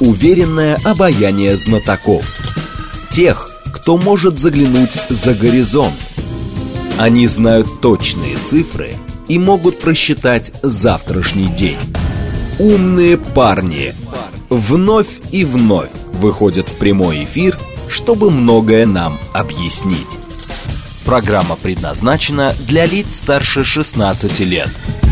уверенное обаяние знатоков. Тех, кто может заглянуть за горизонт. Они знают точные цифры и могут просчитать завтрашний день. Умные парни вновь и вновь выходят в прямой эфир, чтобы многое нам объяснить. Программа предназначена для лиц старше 16 лет.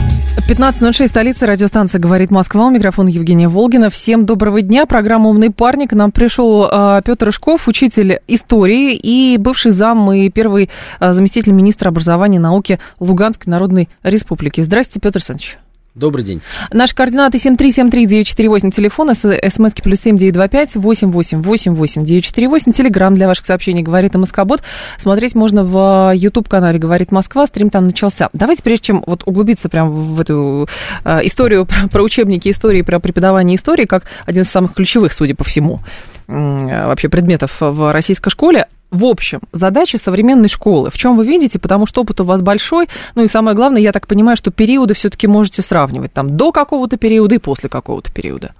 15:06, столица, радиостанция «Говорит Москва». У микрофона Евгения Волгина. Всем доброго дня. Программа «Умный парень». К нам пришел Петр Ишков, учитель истории и бывший зам и первый заместитель министра образования и науки Луганской Народной Республики. Здравствуйте, Петр Александрович. Добрый день. Наши координаты 7373948, телефон, смски +7 925 8888 948, телеграм для ваших сообщений «Говорит МСК-бот». Смотреть можно в YouTube-канале «Говорит Москва», стрим там начался. Давайте, прежде чем вот углубиться прямо в эту историю, про учебники истории, про преподавание истории, как один из самых ключевых, судя по всему, вообще предметов в российской школе. В общем, задача современной школы. В чем вы видите? Потому что опыт у вас большой. Ну и самое главное, я так понимаю, что периоды все-таки можете сравнивать. Там до какого-то периода и после какого-то периода.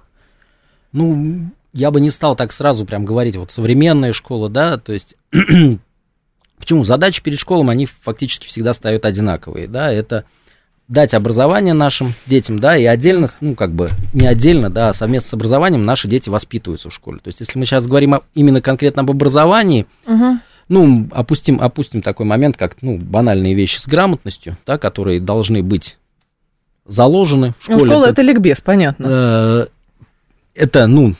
Ну, я бы не стал так сразу прям говорить, вот современная школа, да, то есть... Почему? Задачи перед школой, они фактически всегда ставят одинаковые, да, это дать образование нашим детям, да, и отдельно, ну, как бы, не отдельно, да, а совместно с образованием наши дети воспитываются в школе. То есть, если мы сейчас говорим именно конкретно об образовании, ну, опустим такой момент, как, ну, банальные вещи с грамотностью, да, которые должны быть заложены в школе. Ну, школа это ликбез, понятно. Это, ну,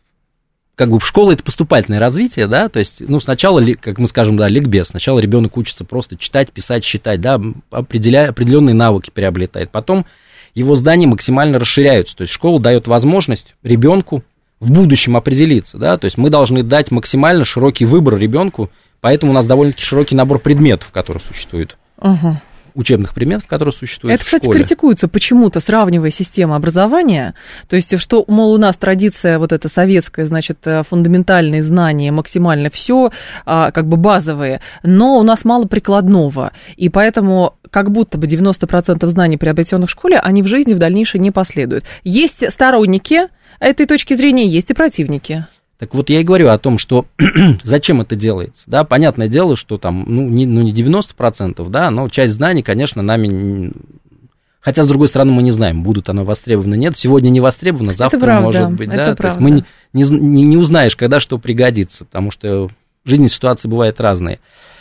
как бы школа это поступательное развитие, да, то есть, ну, сначала, как мы скажем, да, ликбез, сначала ребенок учится просто читать, писать, считать, да, определенные навыки приобретает, потом его знания максимально расширяются, то есть школа дает возможность ребенку в будущем определиться, да, то есть мы должны дать максимально широкий выбор ребенку, поэтому у нас довольно-таки широкий набор предметов, которые существуют. Учебных предметов, которые существуют это, в школе. Это, кстати, критикуется почему-то, сравнивая систему образования, то есть, что, мол, у нас традиция вот эта советская, значит, фундаментальные знания, максимально все, как бы базовые, но у нас мало прикладного, и поэтому как будто бы 90% знаний, приобретенных в школе, они в жизни в дальнейшем не последуют. Есть сторонники этой точки зрения, есть и противники. Так вот, я и говорю о том, что зачем это делается, да, понятное дело, что там, ну, не 90%, да, но часть знаний, конечно, нами, хотя, с другой стороны, мы не знаем, будут они востребованы, нет, сегодня не востребовано, завтра правда, может быть, да, то есть мы не узнаешь, когда что пригодится, потому что в жизни ситуации бывают разные.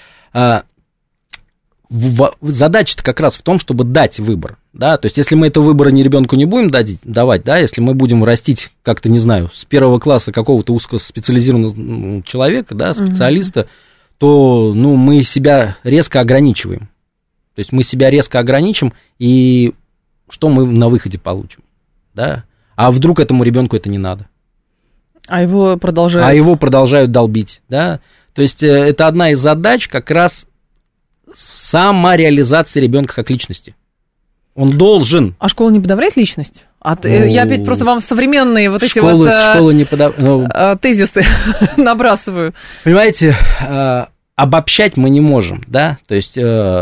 Задача-то как раз в том, чтобы дать выбор, да, то есть если мы этого выбора ребенку не будем давать, да, если мы будем растить как-то, не знаю, с первого класса какого-то узкоспециализированного человека, да, специалиста, то, ну, мы себя резко ограничиваем, то есть мы себя резко ограничим, и что мы на выходе получим, да, а вдруг этому ребенку это не надо? А его продолжают долбить, да, то есть это одна из задач как раз самореализация ребенка как личности. Он должен. А школа не подавляет личность? Я опять просто вам современные вот эти школа не тезисы набрасываю. Понимаете, обобщать мы не можем, да? То есть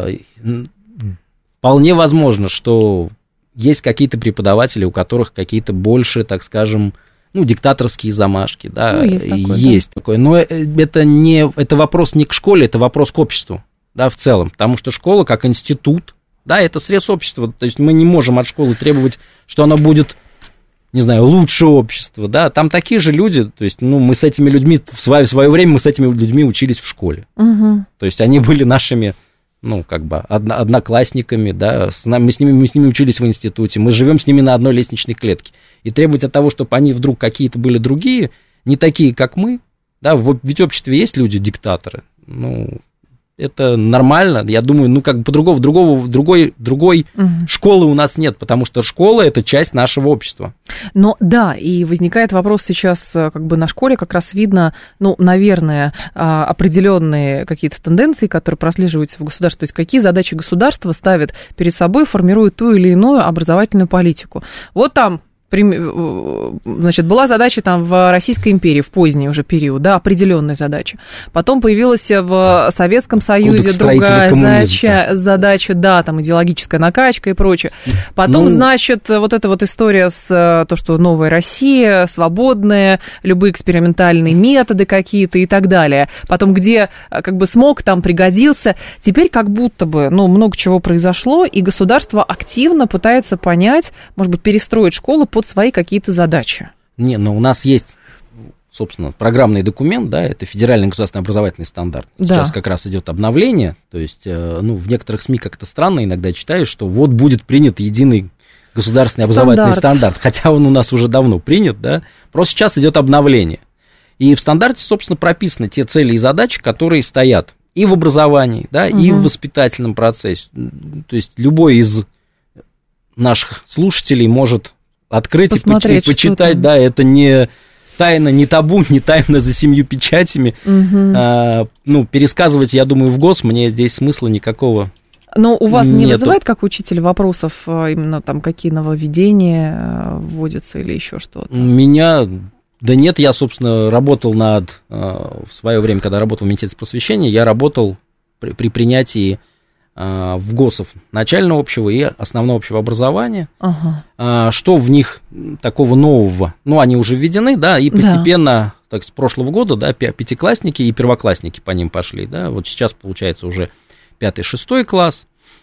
вполне возможно, что есть какие-то преподаватели, у которых какие-то больше, так скажем, ну, диктаторские замашки, да, ну, есть такое. Но это вопрос не к школе, это вопрос к обществу. Да, в целом, потому что школа как институт, да, это срез общества, то есть мы не можем от школы требовать, что она будет, не знаю, лучше общества, да, там такие же люди, то есть, ну, мы с этими людьми, в свое время мы с этими людьми учились в школе, то есть они были нашими, ну, как бы, одноклассниками, да, мы с ними учились в институте, мы живем с ними на одной лестничной клетке, и требовать от того, чтобы они вдруг какие-то были другие, не такие, как мы, да, ведь в обществе есть люди-диктаторы, ну... Это нормально, я думаю, ну, как бы другой школы у нас нет, потому что школа – это часть нашего общества. Но да, и возникает вопрос сейчас, как бы на школе как раз видно, ну, наверное, определенные какие-то тенденции, которые прослеживаются в государстве, то есть какие задачи государства ставит перед собой, формирует ту или иную образовательную политику. Вот там Значит, была задача там в Российской империи, в поздний уже период, да, определенная задача. Потом появилась в Советском Союзе другая задача, да, там идеологическая накачка и прочее. Потом, значит, вот эта вот история с то, что новая Россия, свободная, любые экспериментальные методы какие-то и так далее. Потом, где как бы смог, там пригодился. Теперь как будто бы, ну, много чего произошло, и государство активно пытается понять, может быть, перестроить школу под свои какие-то задачи. Не, но у нас есть, собственно, программный документ, да, это федеральный государственный образовательный стандарт. Сейчас как раз идет обновление, то есть, ну, в некоторых СМИ как-то странно иногда читаешь, что вот будет принят единый государственный образовательный стандарт, хотя он у нас уже давно принят, да, просто сейчас идет обновление. И в стандарте, собственно, прописаны те цели и задачи, которые стоят и в образовании, да, и в воспитательном процессе. То есть любой из наших слушателей может открыть и почитать, да, это не тайна, не табу, не тайна за 7 печатями. Ну, пересказывать, я думаю, в ГОС мне здесь смысла никакого. Но у вас не вызывает, как учитель, вопросов именно там, какие нововведения вводятся или еще что-то? Меня... Да нет, я, собственно, работал в свое время, когда работал в Министерстве просвещения, я работал при принятии в ГОСов начального общего и основного общего образования. Что в них такого нового? Ну, они уже введены, да, и постепенно, так с прошлого года, да, пятиклассники и первоклассники по ним пошли, да, вот сейчас, получается, уже 5-6 класс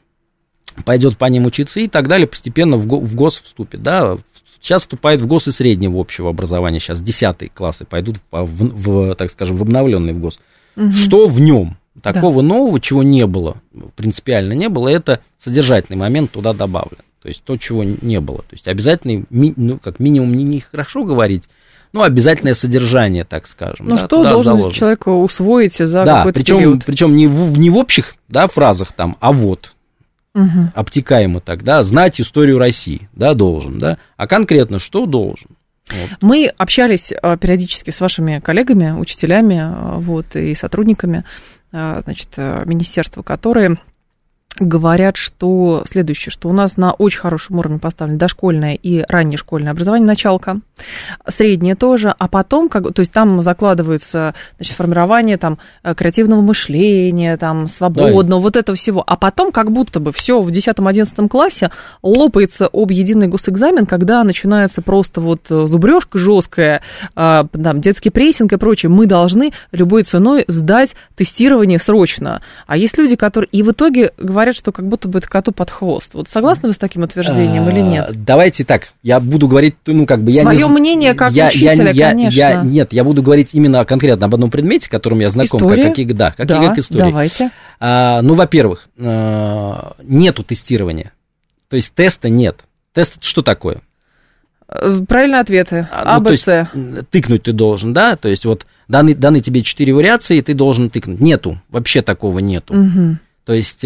пойдет по ним учиться и так далее, постепенно в ГОС вступит, да. Сейчас вступает в ГОС и среднего общего образования, сейчас 10 классы пойдут, так скажем, в обновленный в ГОС. Что в нем? Такого нового, чего не было, принципиально не было, это содержательный момент туда добавлен. То есть то, чего не было. То есть обязательный, ну, как минимум, не хорошо говорить, но обязательное содержание, так скажем. Ну, да, что должен человек усвоить за какой-то период? Причем не в общих, да, фразах там, а вот. Обтекаемо так, да, знать историю России, да, должен, да, а конкретно что должен. Вот. Мы общались периодически с вашими коллегами, учителями, вот, и сотрудниками, значит, министерства, которые говорят, что следующее, что у нас на очень хорошем уровне поставлено дошкольное и раннее школьное образование, началка, среднее тоже, а потом, то есть там закладывается, значит, формирование там креативного мышления, там свободного, вот этого всего, а потом как будто бы все в 10-11 классе лопается об единый госэкзамен, когда начинается просто вот зубрежка жесткая, там, детский прессинг и прочее, мы должны любой ценой сдать тестирование срочно, а есть люди, которые, и в итоге говорят, что как будто бы это коту под хвост. Вот согласны вы с таким утверждением или нет? Давайте так, я буду говорить, ну, как бы... Свое мнение как учителя, конечно. Нет, я буду говорить именно конкретно об одном предмете, которым я знаком, как история. Давайте. Ну, во-первых, нету тестирования, то есть теста нет. Тест это что такое? Правильные ответы, А, Б, С. Тыкнуть ты должен, да, то есть вот даны тебе 4 вариации, ты должен тыкнуть. Нету, вообще такого нету. То есть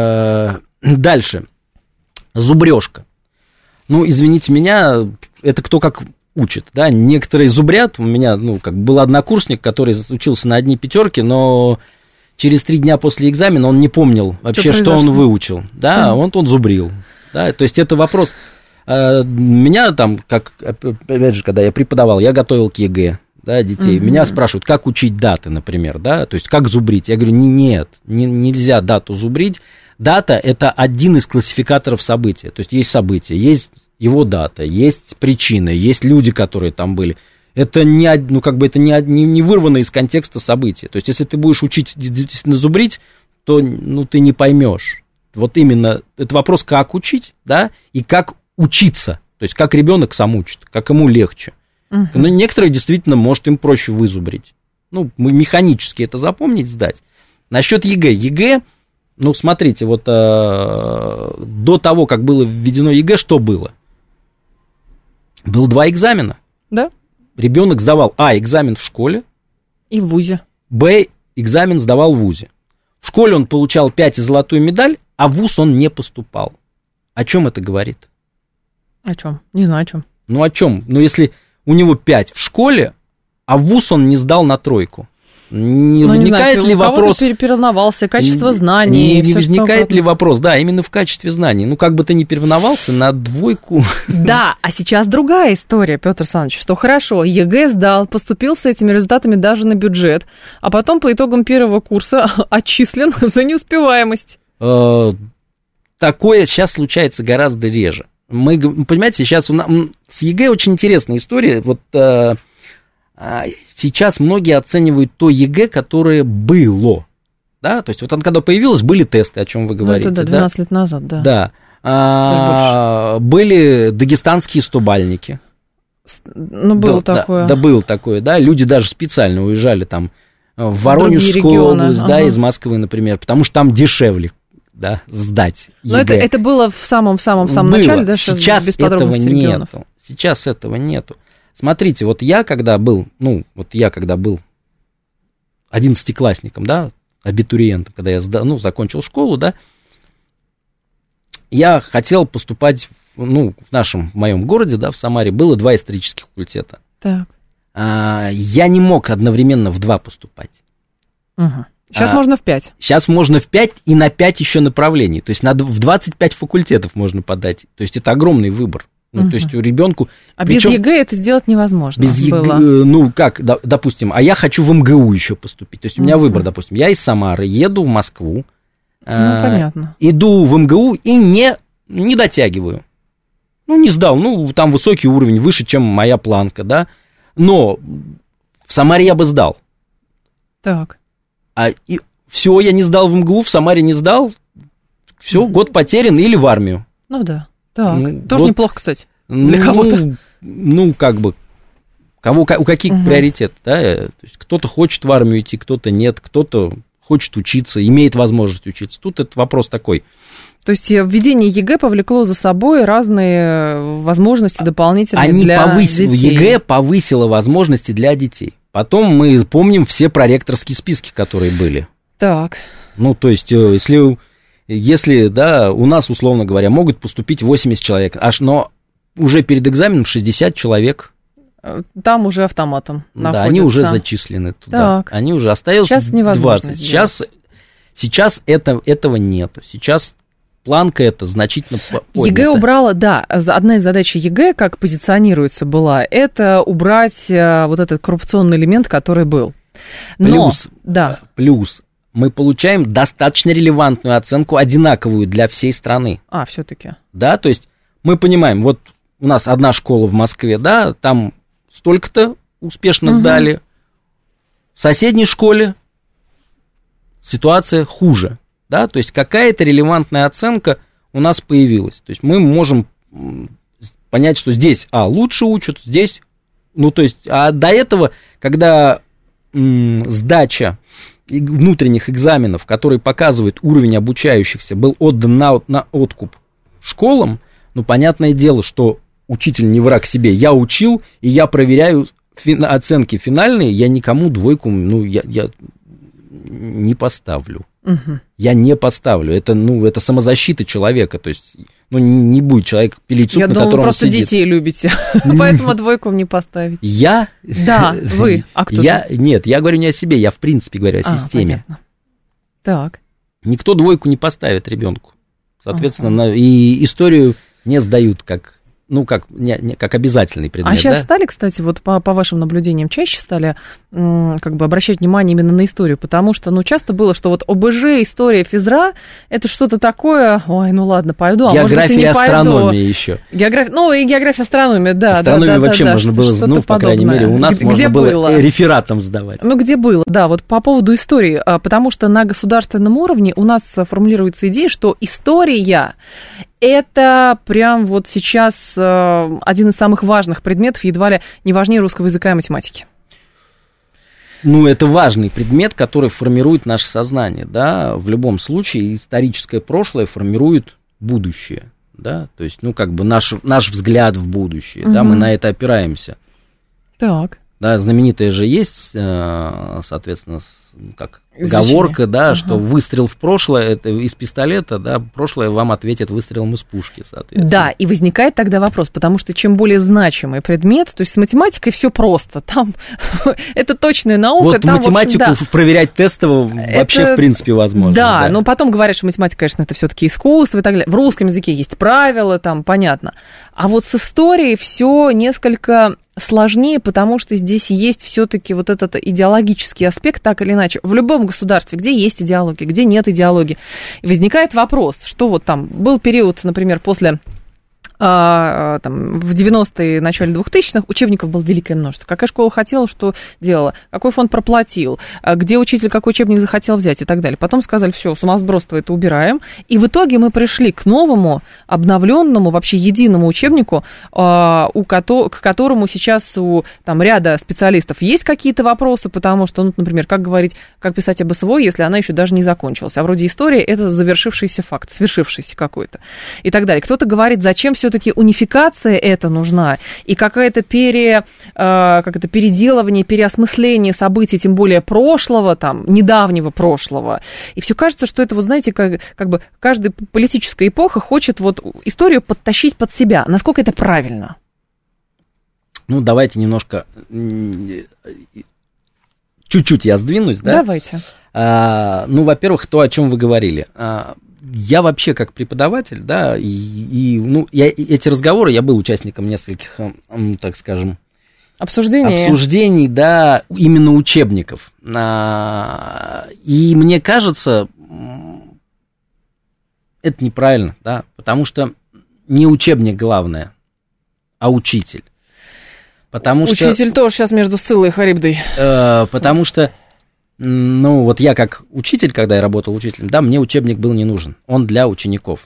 дальше, зубрежка. Ну, извините меня, это кто как учит, да, некоторые зубрят, у меня, ну, как был однокурсник, который учился на одни пятерки, но через 3 дня после экзамена он не помнил вообще, что он выучил, да, он зубрил, да, то есть это вопрос, меня там, как, опять же, когда я преподавал, я готовил к ЕГЭ, да, детей. Меня спрашивают, как учить даты, например, да, то есть как зубрить. Я говорю, нет, нельзя дату зубрить. Дата – это один из классификаторов события. То есть есть событие, есть его дата, есть причины, есть люди, которые там были. Это не вырвано из контекста события. То есть если ты будешь учить действительно зубрить, то ты не поймешь. Вот именно это вопрос, как учить, да, и как учиться. То есть как ребенок сам учит, как ему легче. Но некоторые действительно, может, им проще вызубрить. Ну, механически это запомнить, сдать. Насчет ЕГЭ. ЕГЭ, ну, смотрите, вот до того, как было введено ЕГЭ, что было? Было 2 экзамена. Да. Ребенок сдавал экзамен в школе. И в вузе. Экзамен сдавал в вузе. В школе он получал 5 и золотую медаль, а в вуз он не поступал. О чем это говорит? О чем? Не знаю, о чем. Ну, о чем? Ну, если у него 5 в школе, а в вуз он не сдал на 3. Не возникает ли вопрос... переволновался, качество знаний. Не возникает ли вопрос, да, именно в качестве знаний. Ну, как бы ты ни переволновался, на двойку... Да, а сейчас другая история, Петр Александрович, что хорошо, ЕГЭ сдал, поступил с этими результатами даже на бюджет, а потом по итогам первого курса отчислен за неуспеваемость. Такое сейчас случается гораздо реже. Мы, понимаете, сейчас с ЕГЭ очень интересная история. Вот сейчас многие оценивают то ЕГЭ, которое было. Да? То есть вот когда появилось, были тесты, о чем вы говорите. Ну, это 12 лет назад, да. Да. Были дагестанские стобальники. Ну, было такое. Да, было такое, да. Люди даже специально уезжали там в Воронежскую область, да, из Москвы, например, потому что там дешевле. Да, сдать ЕГЭ. Но это было в самом начале, да, сейчас без подробностей этого регионов. нету. Сейчас этого нету. Смотрите, вот я когда был 11-классником, да, абитуриентом, когда я закончил школу, да, я хотел поступать, в моем городе, да, в Самаре, было 2 исторических факультета. Так. Я не мог одновременно в 2 поступать. Угу. Сейчас можно в 5. Сейчас можно в 5 и на 5 еще направлений. То есть в 25 факультетов можно подать. То есть это огромный выбор. То есть у ребенку... А без ЕГЭ это сделать невозможно без было. Допустим, а я хочу в МГУ еще поступить. То есть у меня выбор, допустим, я из Самары еду в Москву. Понятно. Иду в МГУ и не дотягиваю. Не сдал. Там высокий уровень, выше, чем моя планка, да. Но в Самаре я бы сдал. Так. Все, я не сдал в МГУ, в Самаре не сдал, все, год потерян или в армию. Ну да, так, тоже неплохо, кстати, для кого-то. У каких приоритет, да, то есть кто-то хочет в армию идти, кто-то нет, кто-то хочет учиться, имеет возможность учиться, тут это вопрос такой. То есть введение ЕГЭ повлекло за собой разные возможности дополнительные для детей. ЕГЭ повысило возможности для детей. Потом мы помним все проректорские списки, которые были. Так. То есть, если, да, у нас, условно говоря, могут поступить 80 человек, но уже перед экзаменом 60 человек. Там уже автоматом находятся. Да, они уже зачислены туда. Так. Они уже остались сейчас 20. Сейчас этого нету. Сейчас планка это значительно поднята. ЕГЭ убрала, да, одна из задач ЕГЭ, как позиционируется была, это убрать вот этот коррупционный элемент, который был. Плюс мы получаем достаточно релевантную оценку, одинаковую для всей страны. Все-таки. Да, то есть мы понимаем, вот у нас одна школа в Москве, да, там столько-то успешно сдали. В соседней школе ситуация хуже. Да, то есть какая-то релевантная оценка у нас появилась. То есть мы можем понять, что здесь лучше учат, здесь... А до этого, когда сдача внутренних экзаменов, который показывает уровень обучающихся, был отдан на откуп школам, понятное дело, что учитель не враг себе. Я учил, и я проверяю оценки финальные, я никому двойку, я не поставлю. Я не поставлю. Это самозащита человека. То есть, не будет человек пилить суп, на котором он сидит. Я думала, просто детей любите, поэтому двойку не поставить. Я? Да, вы. А кто? Нет, я говорю не о себе, я в принципе говорю о системе. Понятно. Так. Никто двойку не поставит ребенку. Соответственно, и историю не сдают как обязательный предмет. А сейчас стали, кстати, вот по вашим наблюдениям, чаще стали обращать внимание именно на историю, потому что, часто было, что вот ОБЖ, история, физра, это что-то такое, ладно, пойду, а география, может быть, и не пойду. Астрономия еще. И география, астрономия, да. Астрономию вообще можно было, по крайней мере, у нас можно было рефератом сдавать. Где было, да, вот по поводу истории, потому что на государственном уровне у нас формулируется идея, что история это прям вот сейчас один из самых важных предметов, едва ли не важнее русского языка и математики. Это важный предмет, который формирует наше сознание, да, в любом случае историческое прошлое формирует будущее, да, то есть, наш взгляд в будущее, да, мы на это опираемся. Так. Да, знаменитая же есть, соответственно, Поговорка, да, что выстрел в прошлое, это из пистолета, да, прошлое вам ответит выстрелом из пушки, соответственно. Да, и возникает тогда вопрос, потому что чем более значимый предмет, то есть с математикой все просто, там это точная наука. Вот там, математику в общем, да, проверять тестово вообще, в принципе, возможно. Да, но потом говорят, что математика, конечно, это все-таки искусство и так далее. В русском языке есть правила, там, понятно. А вот с историей все несколько сложнее, потому что здесь есть все-таки вот этот идеологический аспект, так или иначе. В любом государстве, где есть идеология, где нет идеологии, возникает вопрос, что вот там был период, например, после... Там, в 90-е, начале 2000-х учебников было великое множество. Какая школа хотела, что делала, какой фонд проплатил, где учитель какой учебник захотел взять и так далее. Потом сказали, все, сумасбродство это убираем. И в итоге мы пришли к новому, обновленному, вообще единому учебнику, к которому сейчас у там, ряда специалистов есть какие-то вопросы, потому что, ну, например, как говорить, как писать об СВО, если она еще даже не закончилась. А вроде история это завершившийся факт, свершившийся какой-то и так далее. Кто-то говорит, зачем все-таки унификация это нужна, и какое-то переделывание, переосмысление событий, тем более прошлого, там, недавнего прошлого. И все кажется, что это, вот знаете, как бы каждая политическая эпоха хочет вот историю подтащить под себя. Насколько это правильно? Ну, давайте немножко... Чуть-чуть я сдвинусь, да? Давайте. Ну, во-первых, то, о чем вы говорили. Я вообще как преподаватель, да, эти разговоры, я был участником нескольких, так скажем, обсуждений, да, именно учебников. И мне кажется, это неправильно, да, потому что не учебник главное, а учитель. Учитель тоже сейчас между Сциллой и Харибдой. Потому что ну, вот я как учитель, когда я работал учителем, да, мне учебник был не нужен, он для учеников.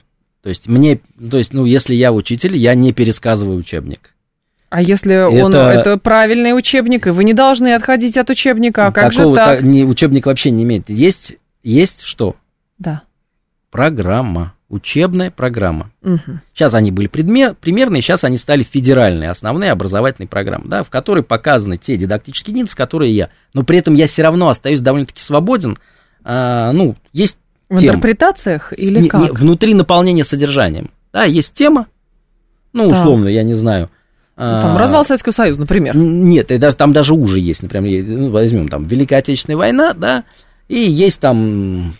Если я учитель, я не пересказываю учебник. А если это правильный учебник, и вы не должны отходить от учебника, а как же так? Учебник вообще не имеет. Есть что? Да. Программа. Учебная программа. Угу. Сейчас они были примерные, сейчас они стали федеральные, основные образовательные программы, да, в которой показаны те дидактические единицы, которые я. Но при этом я все равно остаюсь довольно-таки свободен. Есть в тема. Интерпретациях или как? Внутри наполнения содержанием. Да, есть тема, условно, я не знаю. Там развал Советского Союза, например. Нет, там даже уже есть, например, возьмем там Великая Отечественная война, да, и есть там...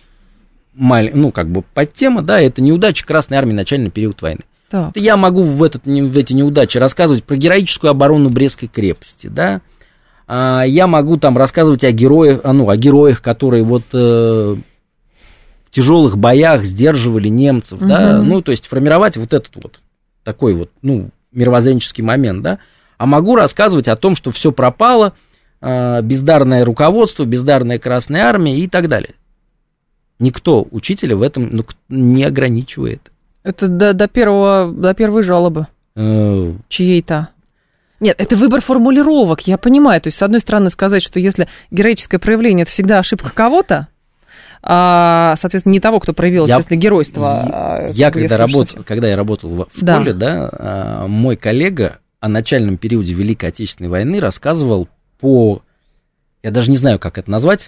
подтема, да, это неудача Красной Армии начальный период войны. Так. Я могу в эти неудачи рассказывать про героическую оборону Брестской крепости, да. Я могу там рассказывать о героях, которые вот в тяжелых боях сдерживали немцев, да, то есть формировать вот этот вот такой вот, мировоззренческий момент, да. А могу рассказывать о том, что все пропало, бездарное руководство, бездарная Красная Армия и так далее. Никто учителя в этом не ограничивает. Это до первой жалобы чьей-то. Нет, это выбор формулировок, я понимаю. То есть, с одной стороны, сказать, что если героическое проявление – это всегда ошибка кого-то, соответственно, не того, кто проявил, естественно, геройство. Когда я работал в школе, да, мой коллега о начальном периоде Великой Отечественной войны рассказывал я даже не знаю, как это назвать,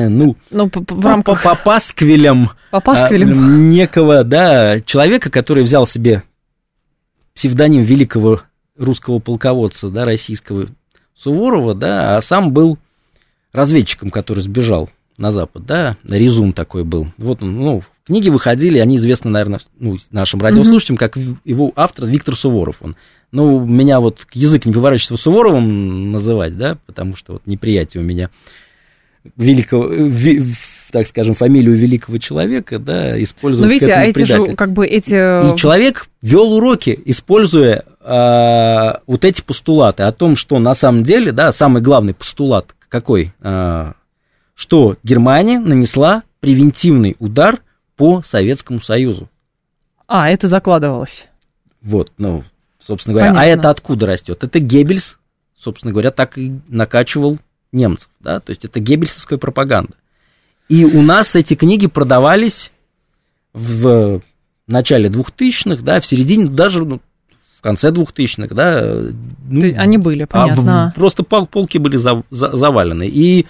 в рамках... по пасквилям некого, да, человека, который взял себе псевдоним великого русского полководца, да, российского Суворова, да, а сам был разведчиком, который сбежал на Запад, да, Резун такой был. Вот он, книги выходили, они известны, наверное, нашим радиослушателям, как его автор Виктор Суворов. Меня вот язык не поворачивается Суворовым называть, да, потому что вот неприятие у меня великого, так скажем, фамилию великого человека, да, использовать к этому предателя. И человек вел уроки, используя вот эти постулаты о том, что на самом деле, да, самый главный постулат какой, что Германия нанесла превентивный удар по Советскому Союзу. Это закладывалось. Вот, собственно говоря, понятно. А это откуда растет? Это Геббельс, собственно говоря, так и накачивал немцев, да, то есть это геббельсовская пропаганда. И у нас эти книги продавались в начале 2000-х, да, в середине, даже в конце 2000-х, да. Они были, понятно. Просто полки были завалены. И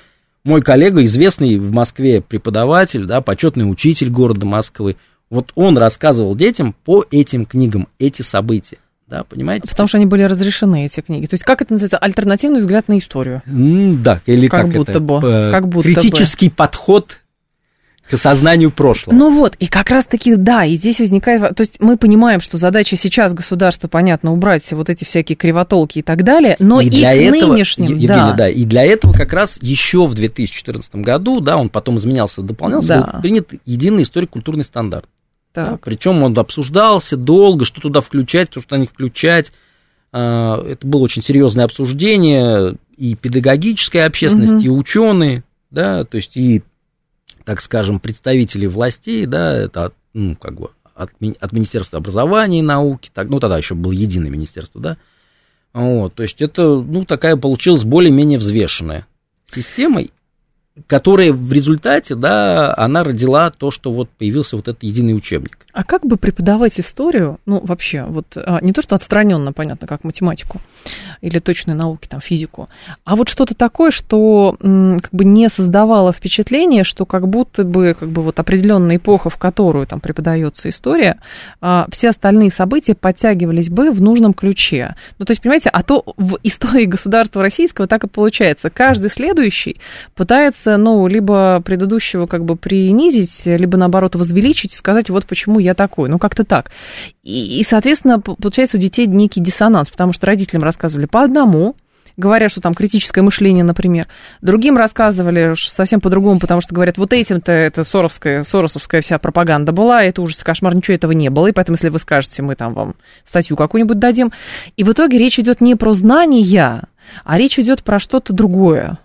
мой коллега, известный в Москве преподаватель, да, почетный учитель города Москвы, вот он рассказывал детям по этим книгам эти события. Да, понимаете? Потому что они были разрешены, эти книги. То есть, как это называется? Альтернативный взгляд на историю. Да, или как будто это? Бы. Как будто критический подход к осознанию прошлого. Ну вот, и как раз-таки, да, и здесь возникает... То есть, мы понимаем, что задача сейчас государства, понятно, убрать вот эти всякие кривотолки и так далее, но и для к этого, нынешним... Евгения, да, и для этого как раз еще в 2014 году, да, он потом изменялся, дополнялся, да. был принят единый историко-культурный стандарт. Да, причем он обсуждался долго, что туда включать, что туда не включать. Это было очень серьезное обсуждение, и педагогическая общественность, и ученые, да, то есть и, так скажем, представители властей, да, это, ну, как бы от Министерства образования и науки, так, ну, тогда еще было единое министерство, да, вот, то есть это, ну, такая получилась более-менее взвешенная система, которая в результате, да, она родила то, что вот появился вот этот единый учебник. А как бы преподавать историю, ну, вообще, вот не то, что отстраненно, понятно, как математику или точные науки, там, физику, а вот что-то такое, что как бы не создавало впечатление, что как будто бы вот определенная эпоха, в которую там преподается история, все остальные события подтягивались бы в нужном ключе. Ну, то есть, понимаете, а то в истории государства российского так и получается. Каждый следующий пытается, ну, либо предыдущего как бы принизить, либо, наоборот, возвеличить и сказать, вот почему я такой. Ну, как-то так. И, соответственно, получается у детей некий диссонанс, потому что родителям рассказывали по одному, говорят, что там критическое мышление, например. Другим рассказывали совсем по-другому, потому что говорят, вот этим-то это соросовская вся пропаганда была, это ужас, кошмар, ничего этого не было, и поэтому, если вы скажете, мы там вам статью какую-нибудь дадим. И в итоге речь идет не про знания, а речь идет про что-то другое.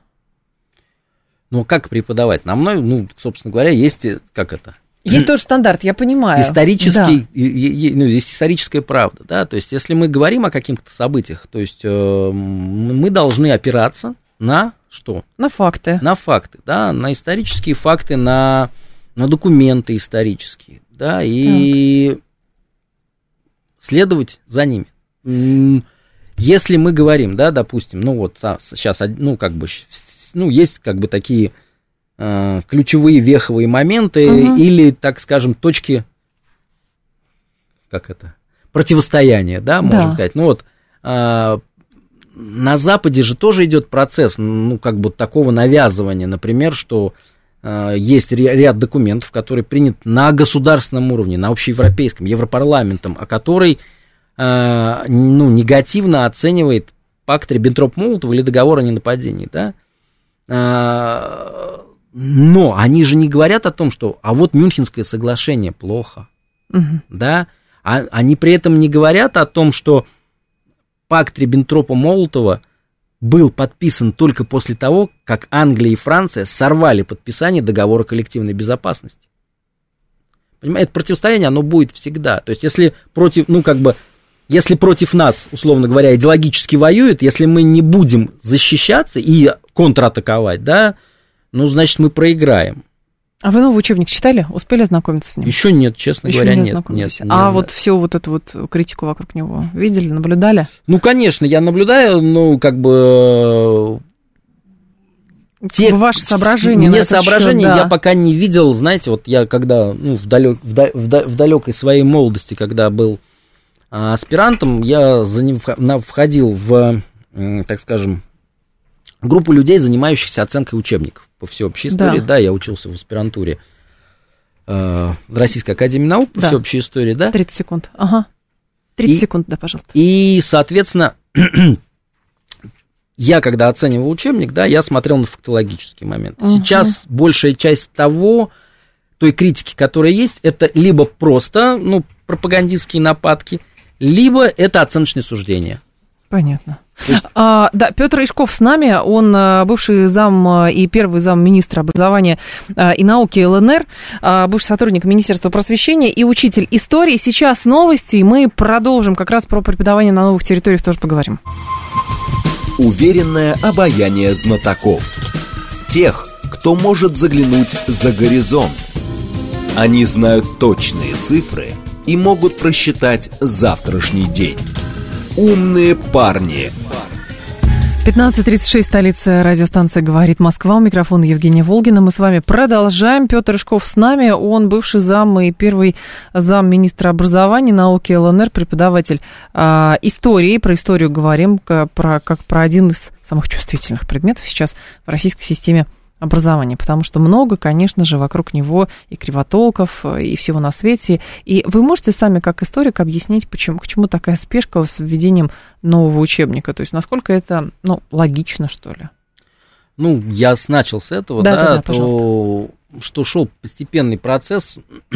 Ну, как преподавать? На мной, ну, собственно говоря, есть, как это? Есть тоже стандарт, я понимаю. Исторический, да. Ну, есть историческая правда, да, то есть, если мы говорим о каких-то событиях, то есть, мы должны опираться на что? На факты. На факты, да, на исторические факты, на документы исторические, да, и следовать за ними. Если мы говорим, да, допустим, ну, вот сейчас, ну, как бы, ну, есть как бы такие ключевые веховые моменты или, так скажем, точки, как это, противостояния, да, можно сказать. Ну, вот на Западе же тоже идет процесс, ну, как бы такого навязывания, например, что есть ряд документов, которые приняты на государственном уровне, на общеевропейском, Европарламентом, а который, ну, негативно оценивает пакт Риббентроп-Молотова или договор о ненападении, да. Но они же не говорят о том, что а вот Мюнхенское соглашение плохо, да, они при этом не говорят о том, что пакт Риббентропа-Молотова был подписан только после того, как Англия и Франция сорвали подписание договора коллективной безопасности. Понимаете, противостояние, оно будет всегда. То есть, если против, ну, как бы, если против нас, условно говоря, идеологически воюют, если мы не будем защищаться и контратаковать, да, ну, значит, мы проиграем. А вы новый учебник читали? Успели ознакомиться с ним? Еще нет, честно говоря, нет. Вот всю вот эту вот критику вокруг него видели, наблюдали? Ну, конечно, я наблюдаю, ну, как бы... Ваши соображения. Мне соображения я пока не видел, знаете, вот я когда, ну, в далекой своей молодости, когда был аспирантом, я входил в, так скажем, группу людей, занимающихся оценкой учебников по всеобщей истории, да, я учился в аспирантуре в Российской академии наук по всеобщей истории, да. 30 секунд, 30 секунд, да, пожалуйста. И, соответственно, я, когда оценивал учебник, да, я смотрел на фактологический момент. Сейчас большая часть той критики, которая есть, это либо просто, ну, пропагандистские нападки, либо это оценочные суждения. Понятно. Да, Петр Ишков с нами, он бывший зам и первый замминистра образования и науки ЛНР, бывший сотрудник Министерства просвещения и учитель истории. Сейчас новости, и мы продолжим как раз про преподавание на новых территориях, тоже поговорим. Уверенное обаяние знатоков. Тех, кто может заглянуть за горизонт. Они знают точные цифры и могут просчитать завтрашний день. Умные парни. 15:36, столица радиостанции «Говорит Москва». У микрофона Евгения Волгина. Мы с вами продолжаем. Петр Рыжков с нами. Он бывший зам и первый зам министра образования и науки ЛНР, преподаватель истории. Про историю говорим, как про один из самых чувствительных предметов сейчас в российской системе образования, потому что много, конечно же, вокруг него и кривотолков, и всего на свете. И вы можете сами, как историк, объяснить, к чему такая спешка с введением нового учебника? То есть, насколько это, логично, что ли? Я начал с этого, да, то, что шел постепенный процесс,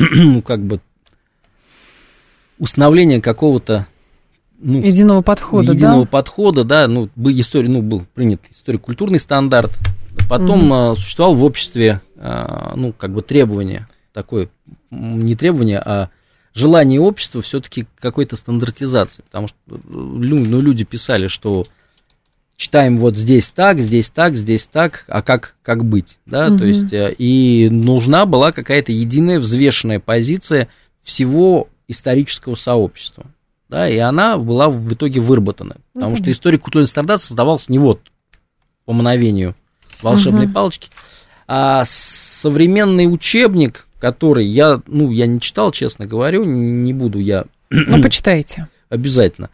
установления какого-то единого подхода, да, был принят историко-культурный стандарт. Потом существовало в обществе, требование, такое, не требование, а желание общества все-таки какой-то стандартизации. Потому что люди писали, что читаем вот здесь так, а как быть, да, то есть, и нужна была какая-то единая взвешенная позиция всего исторического сообщества, да, и она была в итоге выработана, потому что историко-культурный стандарт создавался не по мановению волшебной палочки, а современный учебник, который я не читал, честно говорю, не буду я... почитайте. Обязательно.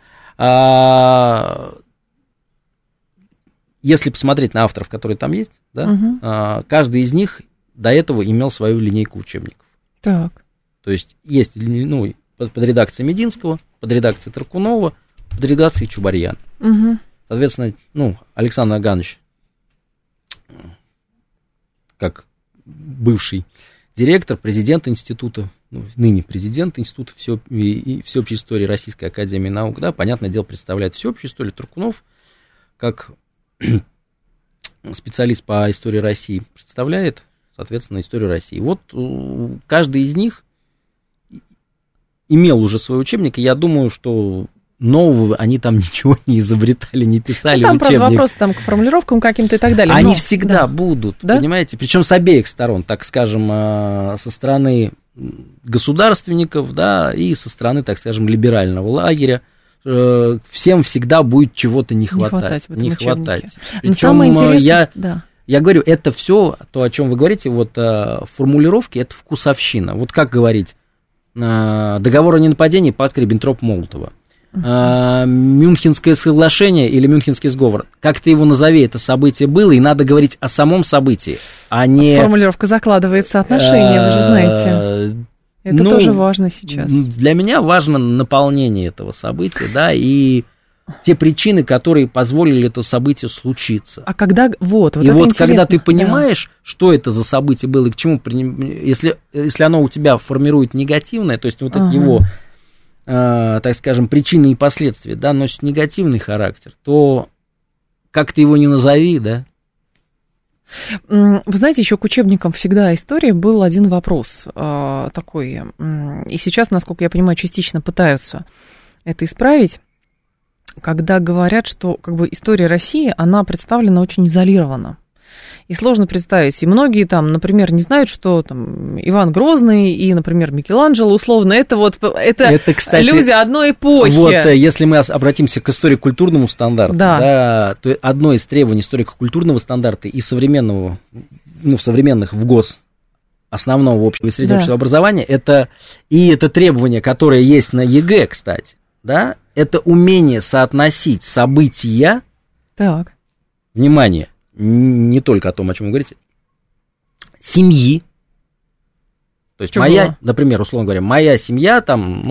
Если посмотреть на авторов, которые там есть, да, каждый из них до этого имел свою линейку учебников. Так. То есть под редакцией Мединского, под редакцией Таркунова, под редакцией Чубарьяна. Соответственно, Александр Аганович, как бывший директор, президент института, ныне президент института всеобщей истории Российской академии наук, да, понятное дело, представляет всеобщую историю. Таркунов, как специалист по истории России, представляет, соответственно, историю России. Вот каждый из них имел уже свой учебник, и я думаю, что нового они там ничего не изобретали, не писали там, учебник. Правда, вопросы там к формулировкам каким-то и так далее. Они всегда будут, понимаете? Причем с обеих сторон, так скажем, со стороны государственников, да, и со стороны, так скажем, либерального лагеря. Всем всегда будет чего-то не хватать. Причем я говорю, это все, то, о чем вы говорите, формулировки, это вкусовщина. Вот как говорить, договор о ненападении, пакт Риббентроп-Молотова. Мюнхенское соглашение или Мюнхенский сговор, как ты его назови, это событие было, и надо говорить о самом событии, а не... Формулировка закладывается отношения, вы же знаете. Это тоже важно сейчас. Для меня важно наполнение этого события, да, и те причины, которые позволили это событие случиться. А когда... когда ты понимаешь, что это за событие было и к чему... Если оно у тебя формирует негативное, то есть его... так скажем, причины и последствия, да, носит негативный характер, то как ты его ни назови, да. Вы знаете, еще к учебникам всегда истории был один вопрос такой, и сейчас, насколько я понимаю, частично пытаются это исправить, когда говорят, что история России, она представлена очень изолированно. И сложно представить. И многие там, например, не знают, что там Иван Грозный и, например, Микеланджело, условно, это, кстати, люди одной эпохи. Если мы обратимся к историко-культурному стандарту, да, то одно из требований историко-культурного стандарта и современного, современных в ГОС основного общего и среднего общего образования, это требование, которое есть на ЕГЭ, кстати, да, это умение соотносить события, внимание, не только о том, о чем вы говорите, семьи. То есть например, условно говоря, моя семья,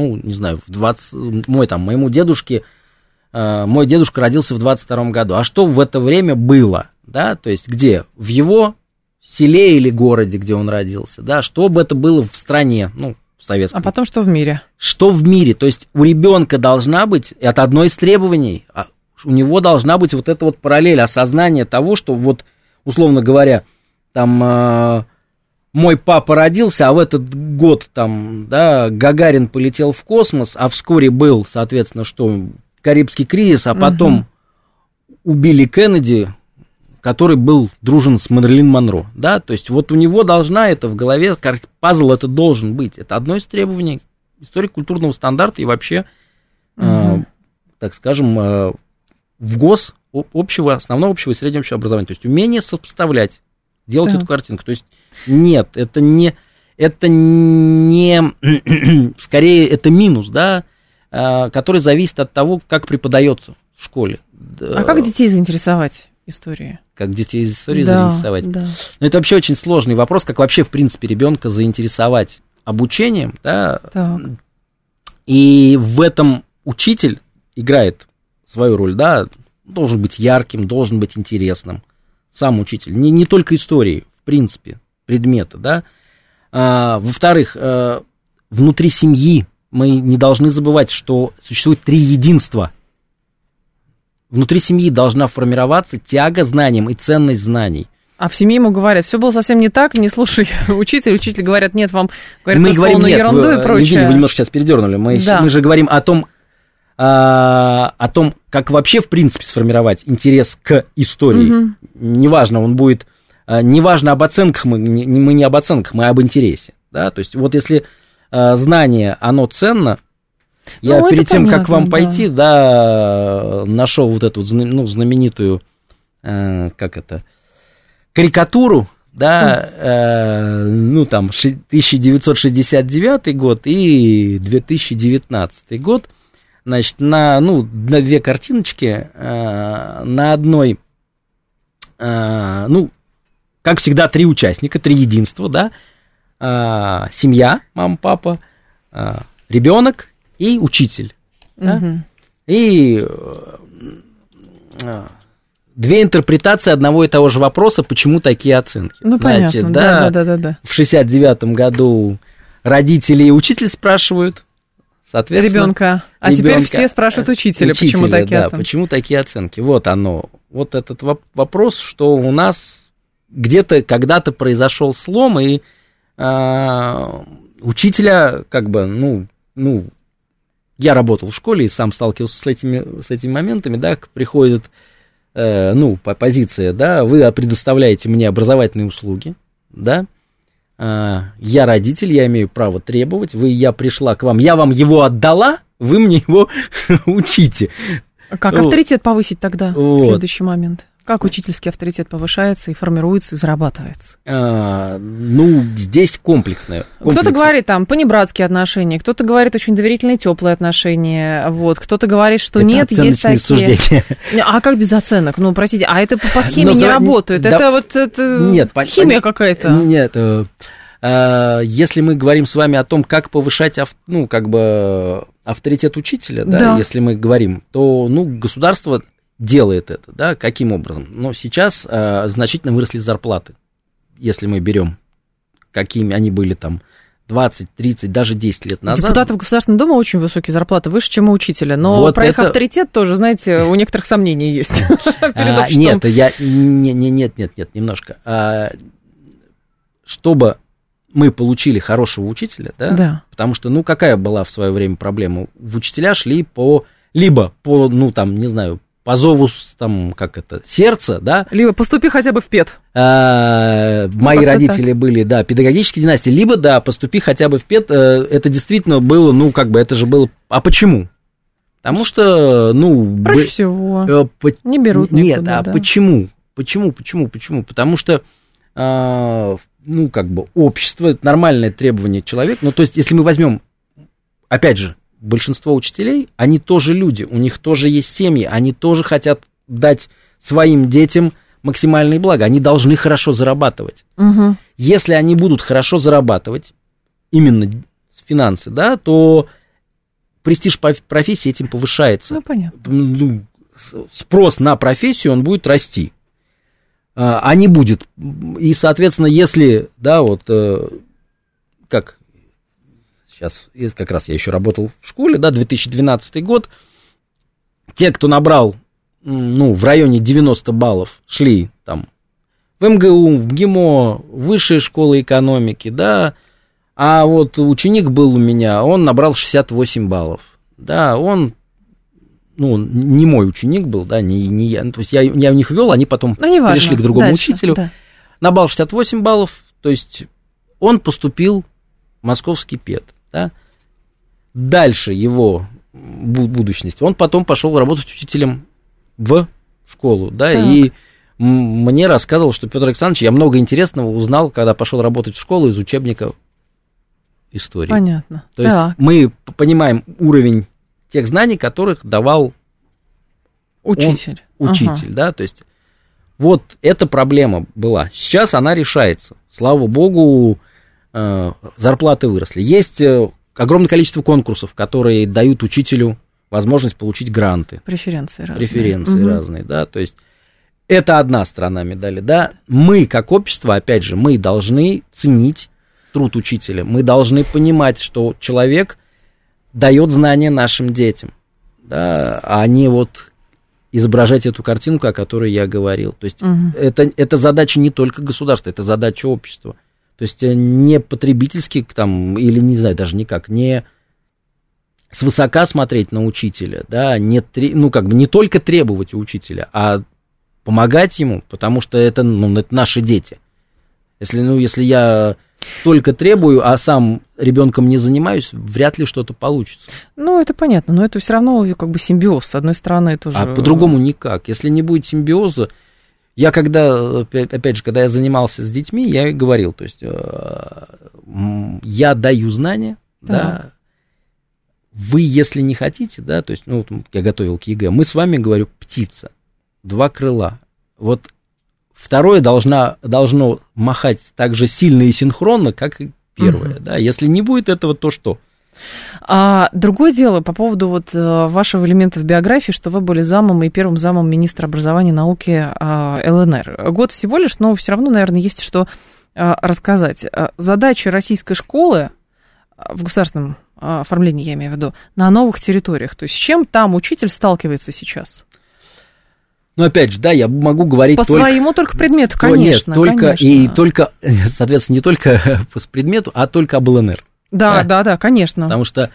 моему дедушке, мой дедушка родился в 22 году. А что в это время было, да, то есть где? В его селе или городе, где он родился, да, что бы это было в стране, в советском. А потом что в мире? Что в мире, то есть у ребенка должна быть, это одно из требований, у него должна быть эта параллель, осознание того, что условно говоря, там мой папа родился, а в этот год Гагарин полетел в космос, а вскоре был, соответственно, Карибский кризис, а потом убили Кеннеди, который был дружен с Мэрилин Монро, да, то есть у него должна это в голове, как пазл это должен быть, это одно из требований историко-культурного стандарта и вообще, так скажем, в ГОС общего, основного общего и среднего общего образования. То есть умение сопоставлять, делать эту картинку. То есть нет, это не скорее это минус, да, который зависит от того, как преподается в школе. А как детей заинтересовать историей? Как детей историей заинтересовать? Да. Но это вообще очень сложный вопрос, как вообще, в принципе, ребенка заинтересовать обучением, да. Так. И в этом учитель играет свою роль, да, должен быть ярким, должен быть интересным. Сам учитель, не только истории, в принципе, предметы, да. Во-вторых, внутри семьи мы не должны забывать, что существует 3 единства. Внутри семьи должна формироваться тяга знаниям и ценность знаний. А в семье ему говорят, все было совсем не так, не слушай учителя. Учитель говорят, нет, вам говорят, мы говорим, нет, ерунду и прочее. Евгений, вы немножко сейчас передернули. Мы же говорим о том, как вообще, в принципе, сформировать интерес к истории. Угу. Неважно, он будет... Неважно об оценках, мы не об оценках, мы об интересе. Да? То есть вот если знание, оно ценно, я перед тем, понятно, как к вам пойти, да, нашел вот эту знаменитую, карикатуру, да, там 1969 год и 2019 год, значит, на 2 картиночки, на одной, как всегда, 3 участника, 3 единства, да, семья, мама, папа, ребенок и учитель. Да? Угу. И 2 интерпретации одного и того же вопроса, почему такие оценки. Ну, значит, понятно, да. В 69-м году родители и учитель спрашивают, соответственно... Ребенка. А теперь все спрашивают учителя, почему такие оценки. Почему такие оценки. Вот оно, вот этот вопрос, что у нас где-то когда-то произошел слом, и учителя, как бы, я работал в школе и сам сталкивался с этими моментами, да, приходит, позиция, да, вы предоставляете мне образовательные услуги, да, я родитель, я имею право требовать, я пришла к вам, я вам его отдала, вы мне его учите. Как авторитет повысить тогда в следующий момент? Как учительский авторитет повышается и формируется, и зарабатывается? Здесь комплексное. Кто-то говорит, там, понебратские отношения, кто-то говорит, очень доверительные, теплые отношения, вот, кто-то говорит, что это нет, есть такие... Суждения. А как без оценок? Простите, а это по схеме не работает, это нет, химия какая-то. Нет, если мы говорим с вами о том, как повышать, авторитет учителя, да, если мы говорим, то, государство... делает это, да, каким образом? Но сейчас значительно выросли зарплаты, если мы берем, какими они были там 20, 30, даже 10 лет назад. Депутатов Государственной Думы очень высокие зарплаты, выше, чем у учителя, но вот про их авторитет тоже, знаете, у некоторых сомнений есть перед обществом. Нет, немножко. Чтобы мы получили хорошего учителя, да, потому что, какая была в свое время проблема? В учителя шли либо по зову, сердца, да. Либо поступи хотя бы в ПЕД. Мои родители были, педагогические династии, либо, поступи хотя бы в ПЕД. Это действительно было, это же было... А почему? Потому что, проще всего. Не берут никуда. Нет, почему? Почему? Потому что, общество, это нормальное требование человека. То есть, если мы возьмем, опять же, большинство учителей, они тоже люди, у них тоже есть семьи, они тоже хотят дать своим детям максимальные блага, они должны хорошо зарабатывать. Угу. Если они будут хорошо зарабатывать, именно финансы, да, то престиж профессии этим повышается. Понятно. Спрос на профессию, он будет расти, а не будет. И, соответственно, если, сейчас, как раз я еще работал в школе, 2012 год, те, кто набрал, в районе 90 баллов, шли там в МГУ, в ГИМО, высшие школы экономики, да, а вот ученик был у меня, он набрал 68 баллов, да, он, не мой ученик был, да, не я, то есть я у них вел, они потом перешли к другому учителю, набрал 68 баллов, то есть он поступил в московский ПЕД. Да? Дальше его будущность. Он потом пошел работать учителем в школу, да, так. И мне рассказывал, что Петр Александрович, я много интересного узнал, когда пошел работать в школу из учебника истории. Понятно. То есть мы понимаем уровень тех знаний, которых давал учитель. Учитель, да, то есть вот эта проблема была. Сейчас она решается. Слава богу, зарплаты выросли. Есть огромное количество конкурсов, которые дают учителю возможность получить гранты. Преференции разные, да, то есть это одна сторона медали, да. Мы, как общество, опять же, мы должны ценить труд учителя, мы должны понимать, что человек дает знания нашим детям, да, а не вот изображать эту картинку, о которой я говорил. То есть это задача не только государства, это задача общества. То есть не потребительски там, или не знаю, даже никак, не свысока смотреть на учителя, да, не только требовать у учителя, а помогать ему, потому что это наши дети. Если я только требую, а сам ребенком не занимаюсь, вряд ли что-то получится. Ну, это понятно, но это все равно как бы симбиоз, с одной стороны, тоже... А по-другому никак. Если не будет симбиоза, я опять же, когда я занимался с детьми, я и говорил, то есть я даю знания, да, вы, если не хотите, да, то есть, я готовил к ЕГЭ, мы с вами, говорю, птица, 2 крыла, вот второе должно махать так же сильно и синхронно, как и первое, да, если не будет этого, то что? А другое дело по поводу вот вашего элемента в биографии, что вы были замом и первым замом министра образования и науки ЛНР. Год всего лишь, но все равно, наверное, есть что рассказать. Задача российской школы в государственном оформлении, я имею в виду, на новых территориях. То есть с чем там учитель сталкивается сейчас? Ну, опять же, да, я могу говорить по своему только предмету, конечно. Нет, конечно. И только, соответственно, не только по предмету, а только об ЛНР. Да, конечно. Потому что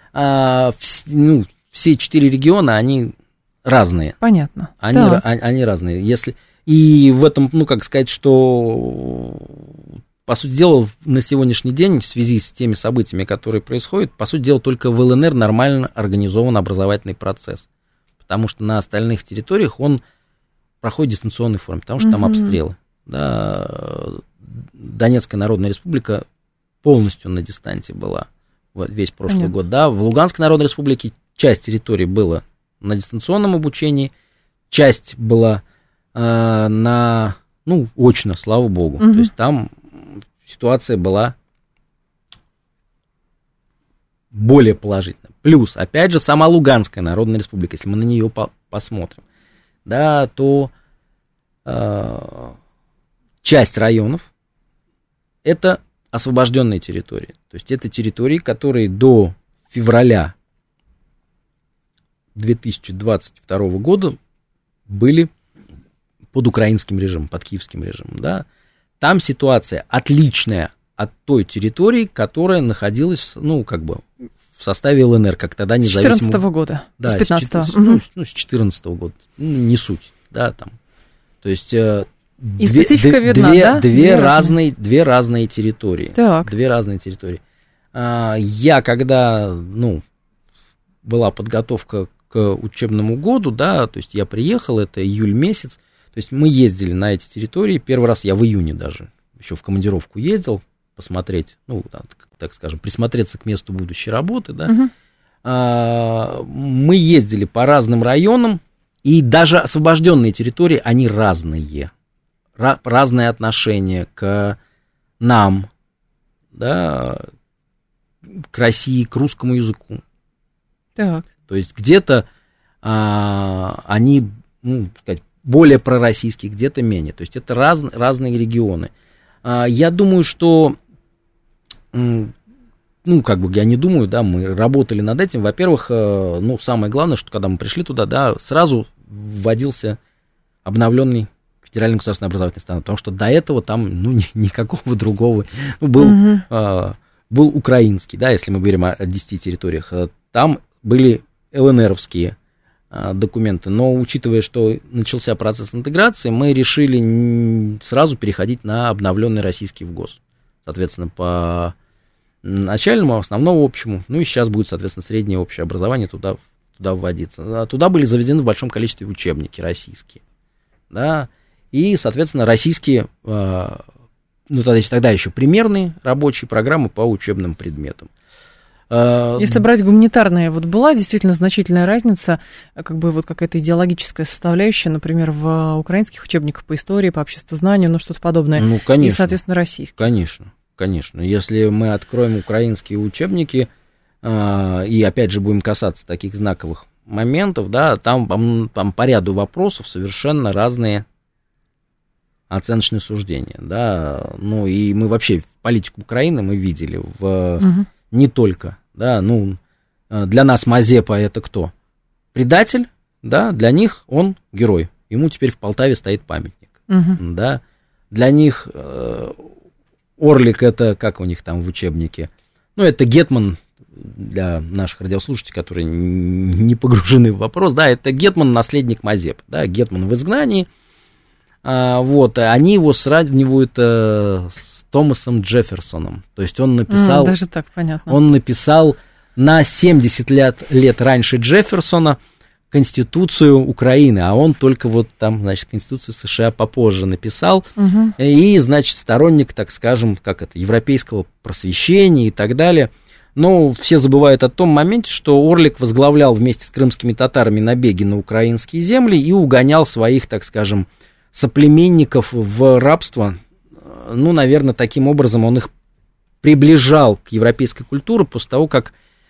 все 4 региона, они разные. Понятно. Они разные. И в этом, что, по сути дела, на сегодняшний день, в связи с теми событиями, которые происходят, по сути дела, только в ЛНР нормально организован образовательный процесс. Потому что на остальных территориях он проходит в дистанционной форме, потому что там обстрелы. Да, Донецкая Народная Республика полностью на дистанции была весь прошлый год. Да. В Луганской Народной Республике часть территории была на дистанционном обучении, часть была очно, слава богу. То есть там ситуация была более положительная. Плюс, опять же, сама Луганская Народная Республика, если мы на нее посмотрим, да, то часть районов это освобожденные территории. То есть это территории, которые до февраля 2022 года были под украинским режимом, под киевским режимом. Да. Там ситуация отличная от той территории, которая находилась, в составе ЛНР, как тогда независимого... С 14 года, да, с 15-го. С 14 года, не суть, да, там. То есть... И специфика видна, две разные территории. Так. Две разные территории. Я, когда, была подготовка к учебному году, да, то есть я приехал, это июль месяц, то есть мы ездили на эти территории, первый раз я в июне даже, еще в командировку ездил, посмотреть, так скажем, присмотреться к месту будущей работы, да. Мы ездили по разным районам, и даже освобожденные территории, они разные. Разное отношение к нам, да, к России, к русскому языку. Так. То есть где-то они, более пророссийские, где-то менее. То есть это разные регионы. Я думаю, что, я не думаю, да, мы работали над этим. Во-первых, самое главное, что когда мы пришли туда, да, сразу вводился обновленный федеральный государственный образовательный стандарт, потому что до этого там, никакого другого, был украинский, да, если мы говорим о 10 территориях, там были ЛНРовские документы, но учитывая, что начался процесс интеграции, мы решили сразу переходить на обновленный российский ВГОС, соответственно, по начальному, основному общему, и сейчас будет, соответственно, среднее общее образование туда туда вводиться, туда были заведены в большом количестве учебники российские, да, и, соответственно, российские, тогда еще примерные рабочие программы по учебным предметам. Если брать гуманитарные, вот была действительно значительная разница, как бы вот какая-то идеологическая составляющая, например, в украинских учебниках по истории, по обществознанию, ну, что-то подобное, ну, конечно, и, соответственно, российских. Конечно. Если мы откроем украинские учебники и, опять же, будем касаться таких знаковых моментов, да, там по ряду вопросов совершенно разные оценочные суждения, да, ну, и мы вообще политику Украины мы видели не только, да, ну, для нас Мазепа это кто? Предатель, да, для них он герой, ему теперь в Полтаве стоит памятник, да, для них Орлик это, как у них там в учебнике, ну, это гетман, для наших радиослушателей, которые не погружены в вопрос, да, это гетман, наследник Мазепы, да, гетман в изгнании, вот, они его сравнивают с Томасом Джефферсоном, то есть он написал... Даже так, понятно. Он написал на 70 лет раньше Джефферсона Конституцию Украины, а он только вот там, значит, Конституцию США попозже написал, и, значит, сторонник, так скажем, европейского просвещения и так далее. Но все забывают о том моменте, что Орлик возглавлял вместе с крымскими татарами набеги на украинские земли и угонял своих, так скажем, соплеменников в рабство. Ну, наверное, таким образом он их приближал к европейской культуре после того, как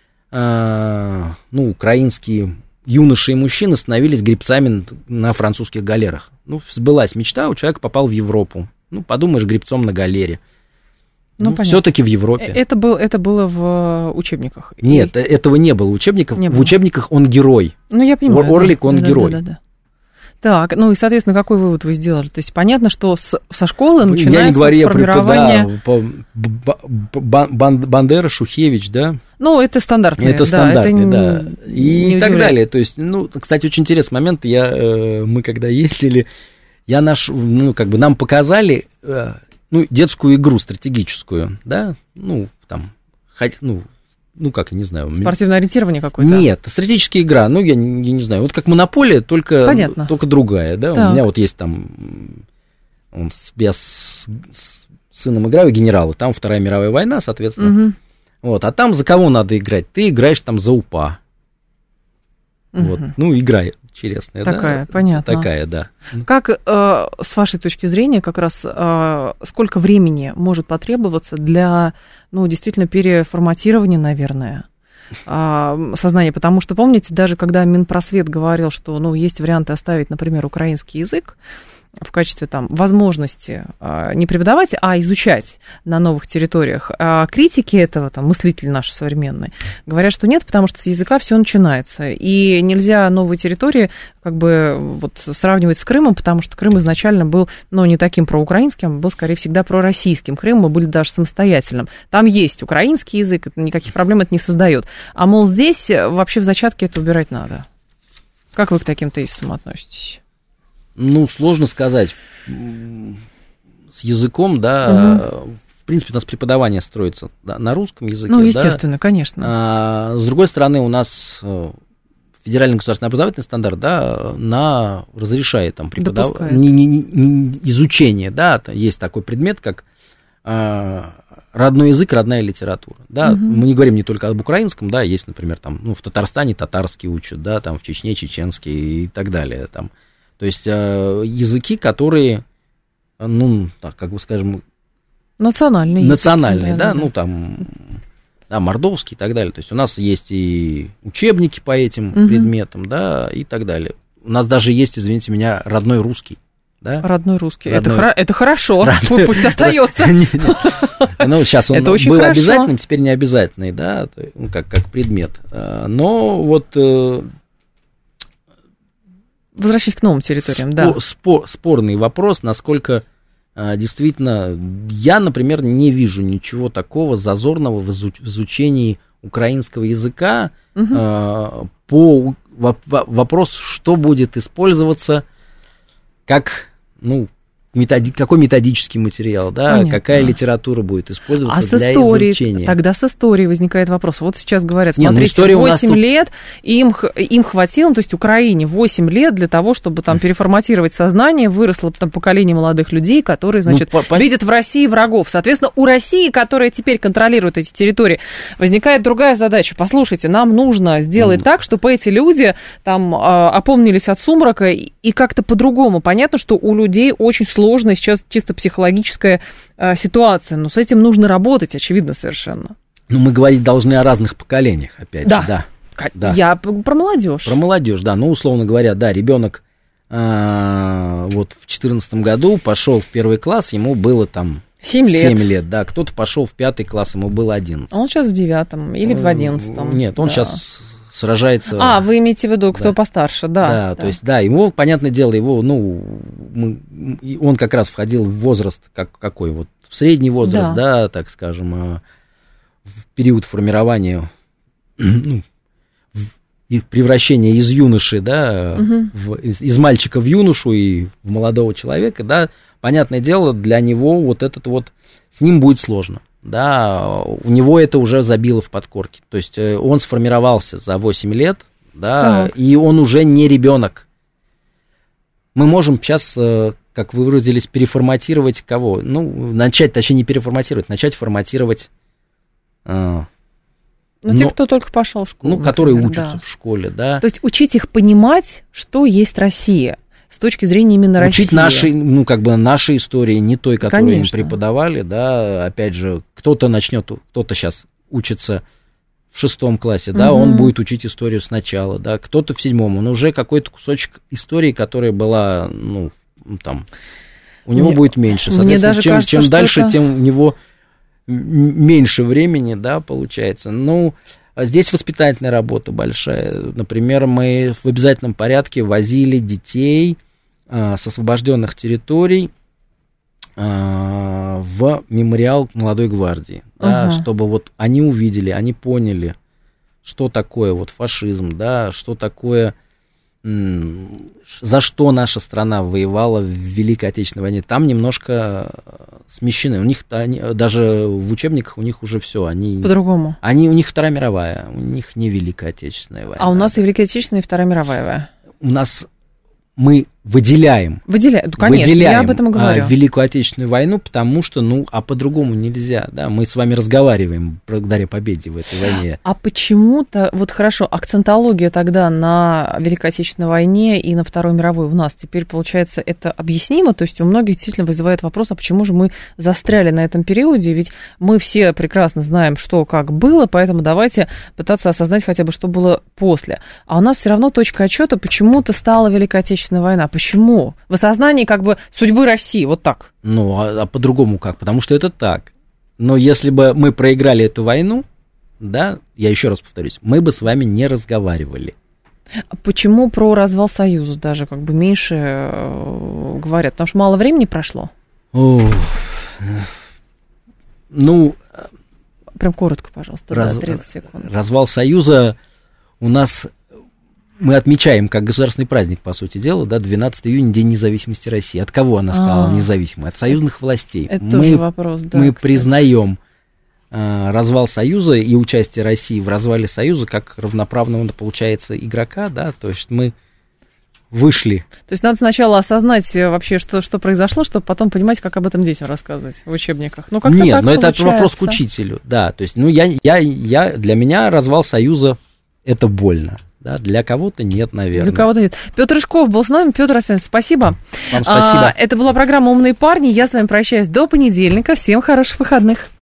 украинские юноши и мужчины становились гребцами на французских галерах. Ну, сбылась мечта, у человека попал в Европу. Ну, подумаешь, гребцом на галере. Ну, все-таки в Европе. Это было в учебниках? Нет, этого не было в учебниках. В учебниках он герой. Ну, я понимаю. Орлик, он герой. Да. Так, ну и, соответственно, какой вывод вы сделали? То есть понятно, что со школы начинается я не говорю, формирование... Бандера, Шухевич, да? Ну, это стандартные. Это стандартные, да. И так далее. То есть, ну, кстати, очень интересный момент. Мы когда ездили, нам показали... детскую игру стратегическую, да, как, я не знаю. Спортивное ориентирование какое-то? Нет, стратегическая игра, я не знаю, вот как Монополия, только другая, да, так. У меня вот есть там, я с сыном играю генералы, там Вторая мировая война, соответственно, вот, а там за кого надо играть? Ты играешь там за УПА. Вот, игра интересная, такая, да? Понятно. Такая, да. Как, с вашей точки зрения, как раз, сколько времени может потребоваться для, действительно, переформатирования, наверное, сознания? Потому что, помните, даже когда Минпросвет говорил, что, есть варианты оставить, например, украинский язык в качестве возможности не преподавать, а изучать на новых территориях. А критики этого, мыслители наши современные, говорят, что нет, потому что с языка все начинается. И нельзя новые территории сравнивать с Крымом, потому что Крым изначально был, не таким проукраинским, был, скорее, всегда пророссийским. Крым мы были даже самостоятельным. Там есть украинский язык, никаких проблем это не создает. А, мол, здесь вообще в зачатке это убирать надо. Как вы к таким тезисам относитесь? Сложно сказать. С языком, да, в принципе, у нас преподавание строится на русском языке. Естественно, да? Конечно. С другой стороны, у нас федеральный государственный образовательный стандарт, да, разрешает там изучение, да, есть такой предмет, как родной язык, родная литература, да, мы не говорим не только об украинском, да, есть, например, там, в Татарстане татарский учат, да, там, в Чечне чеченский и так далее, там. То есть языки, которые, национальные, да, мордовский и так далее. То есть у нас есть и учебники по этим предметам, да, и так далее. У нас даже есть, извините меня, родной русский. Да? Родной русский. Это хорошо, пусть остается. Сейчас он был обязательным, теперь не обязательный, да, как предмет. Но возвращаясь к новым территориям, спорный вопрос, насколько действительно, я, например, не вижу ничего такого зазорного в изучении украинского языка по вопросу, что будет использоваться как какой методический материал, да, Понятно. Какая литература будет использоваться для изучения. Тогда с историей возникает вопрос. Вот сейчас говорят, Не, смотрите, 8 лет, им хватило, то есть Украине 8 лет для того, чтобы там переформатировать сознание, выросло там поколение молодых людей, которые, значит, видят в России врагов. Соответственно, у России, которая теперь контролирует эти территории, возникает другая задача. Послушайте, нам нужно сделать так, чтобы эти люди там опомнились от сумрака и как-то по-другому. Понятно, что у людей очень сложная сейчас чисто психологическая ситуация, но с этим нужно работать, очевидно, совершенно. Ну, мы говорить должны о разных поколениях, опять же, да. Я про молодежь. Про молодежь, да. Ну, условно говоря, да, ребенок вот в 2014 году пошел в 1 класс, ему было там 7 лет, да. Кто-то пошел в 5 класс, ему было 11. Он сейчас в 9 или в 11? Нет, он сейчас сражается. Вы имеете в виду, кто постарше, да. Да, то есть, да, ему, понятное дело, он как раз входил в возраст, какой вот, в средний возраст, да, так скажем, в период формирования, превращения из юноши, да, из мальчика в юношу и в молодого человека, да, понятное дело, для него вот этот вот, с ним будет сложно. Да, у него это уже забило в подкорке. То есть он сформировался за 8 лет, да, и он уже не ребенок. Мы можем сейчас, как вы выразились, переформатировать кого? Начать форматировать. Те, кто только пошел в школу. Которые учатся в школе, да. То есть учить их понимать, что есть Россия. С точки зрения именно России. Учить нашей истории, не той, которую им преподавали, да, опять же, кто-то сейчас учится в 6 классе, да, он будет учить историю сначала, да, кто-то в 7, он уже какой-то кусочек истории, которая была, у него будет меньше, соответственно, чем дальше, тем у него меньше времени, да, получается, здесь воспитательная работа большая. Например, мы в обязательном порядке возили детей с освобожденных территорий в мемориал Молодой гвардии, да, чтобы вот они увидели, они поняли, что такое вот фашизм, да, что такое, за что наша страна воевала в Великой Отечественной войне. Там немножко смещены. У них даже в учебниках у них уже все. По-другому. У них Вторая мировая, у них не Великая Отечественная война. А у нас и Великая Отечественная, и Вторая мировая. Мы выделяем, конечно, я об этом говорю. Великую Отечественную войну, потому что, по-другому нельзя, да, мы с вами разговариваем благодаря победе в этой войне. А почему-то, хорошо, акцентология тогда на Великой Отечественной войне и на Второй мировой у нас теперь, получается, это объяснимо, то есть у многих действительно вызывает вопрос, а почему же мы застряли на этом периоде, ведь мы все прекрасно знаем, что как было, поэтому давайте пытаться осознать хотя бы, что было после. А у нас все равно точка отчета почему-то стала Великая Отечественная война. Почему? В осознании судьбы России, вот так. А по-другому как? Потому что это так. Но если бы мы проиграли эту войну, да, я еще раз повторюсь, мы бы с вами не разговаривали. А почему про развал Союза даже меньше говорят? Потому что мало времени прошло? Прям коротко, пожалуйста, 30 секунд. Развал Союза у нас... Мы отмечаем как государственный праздник, по сути дела, да, 12 июня, День независимости России. От кого она стала независимой? От союзных властей. Это тоже вопрос, да. Мы признаем развал Союза и участие России в развале Союза как равноправного, получается, игрока, да, то есть мы вышли. То есть надо сначала осознать вообще, что произошло, чтобы потом понимать, как об этом детям рассказывать в учебниках. Нет, но это вопрос к учителю, да, то есть, для меня развал Союза это больно. Да, для кого-то нет, наверное. Для кого-то нет. Петр Рыжков был с нами. Петр Александрович, спасибо. Вам спасибо. Это была программа «Умные парни». Я с вами прощаюсь до понедельника. Всем хороших выходных.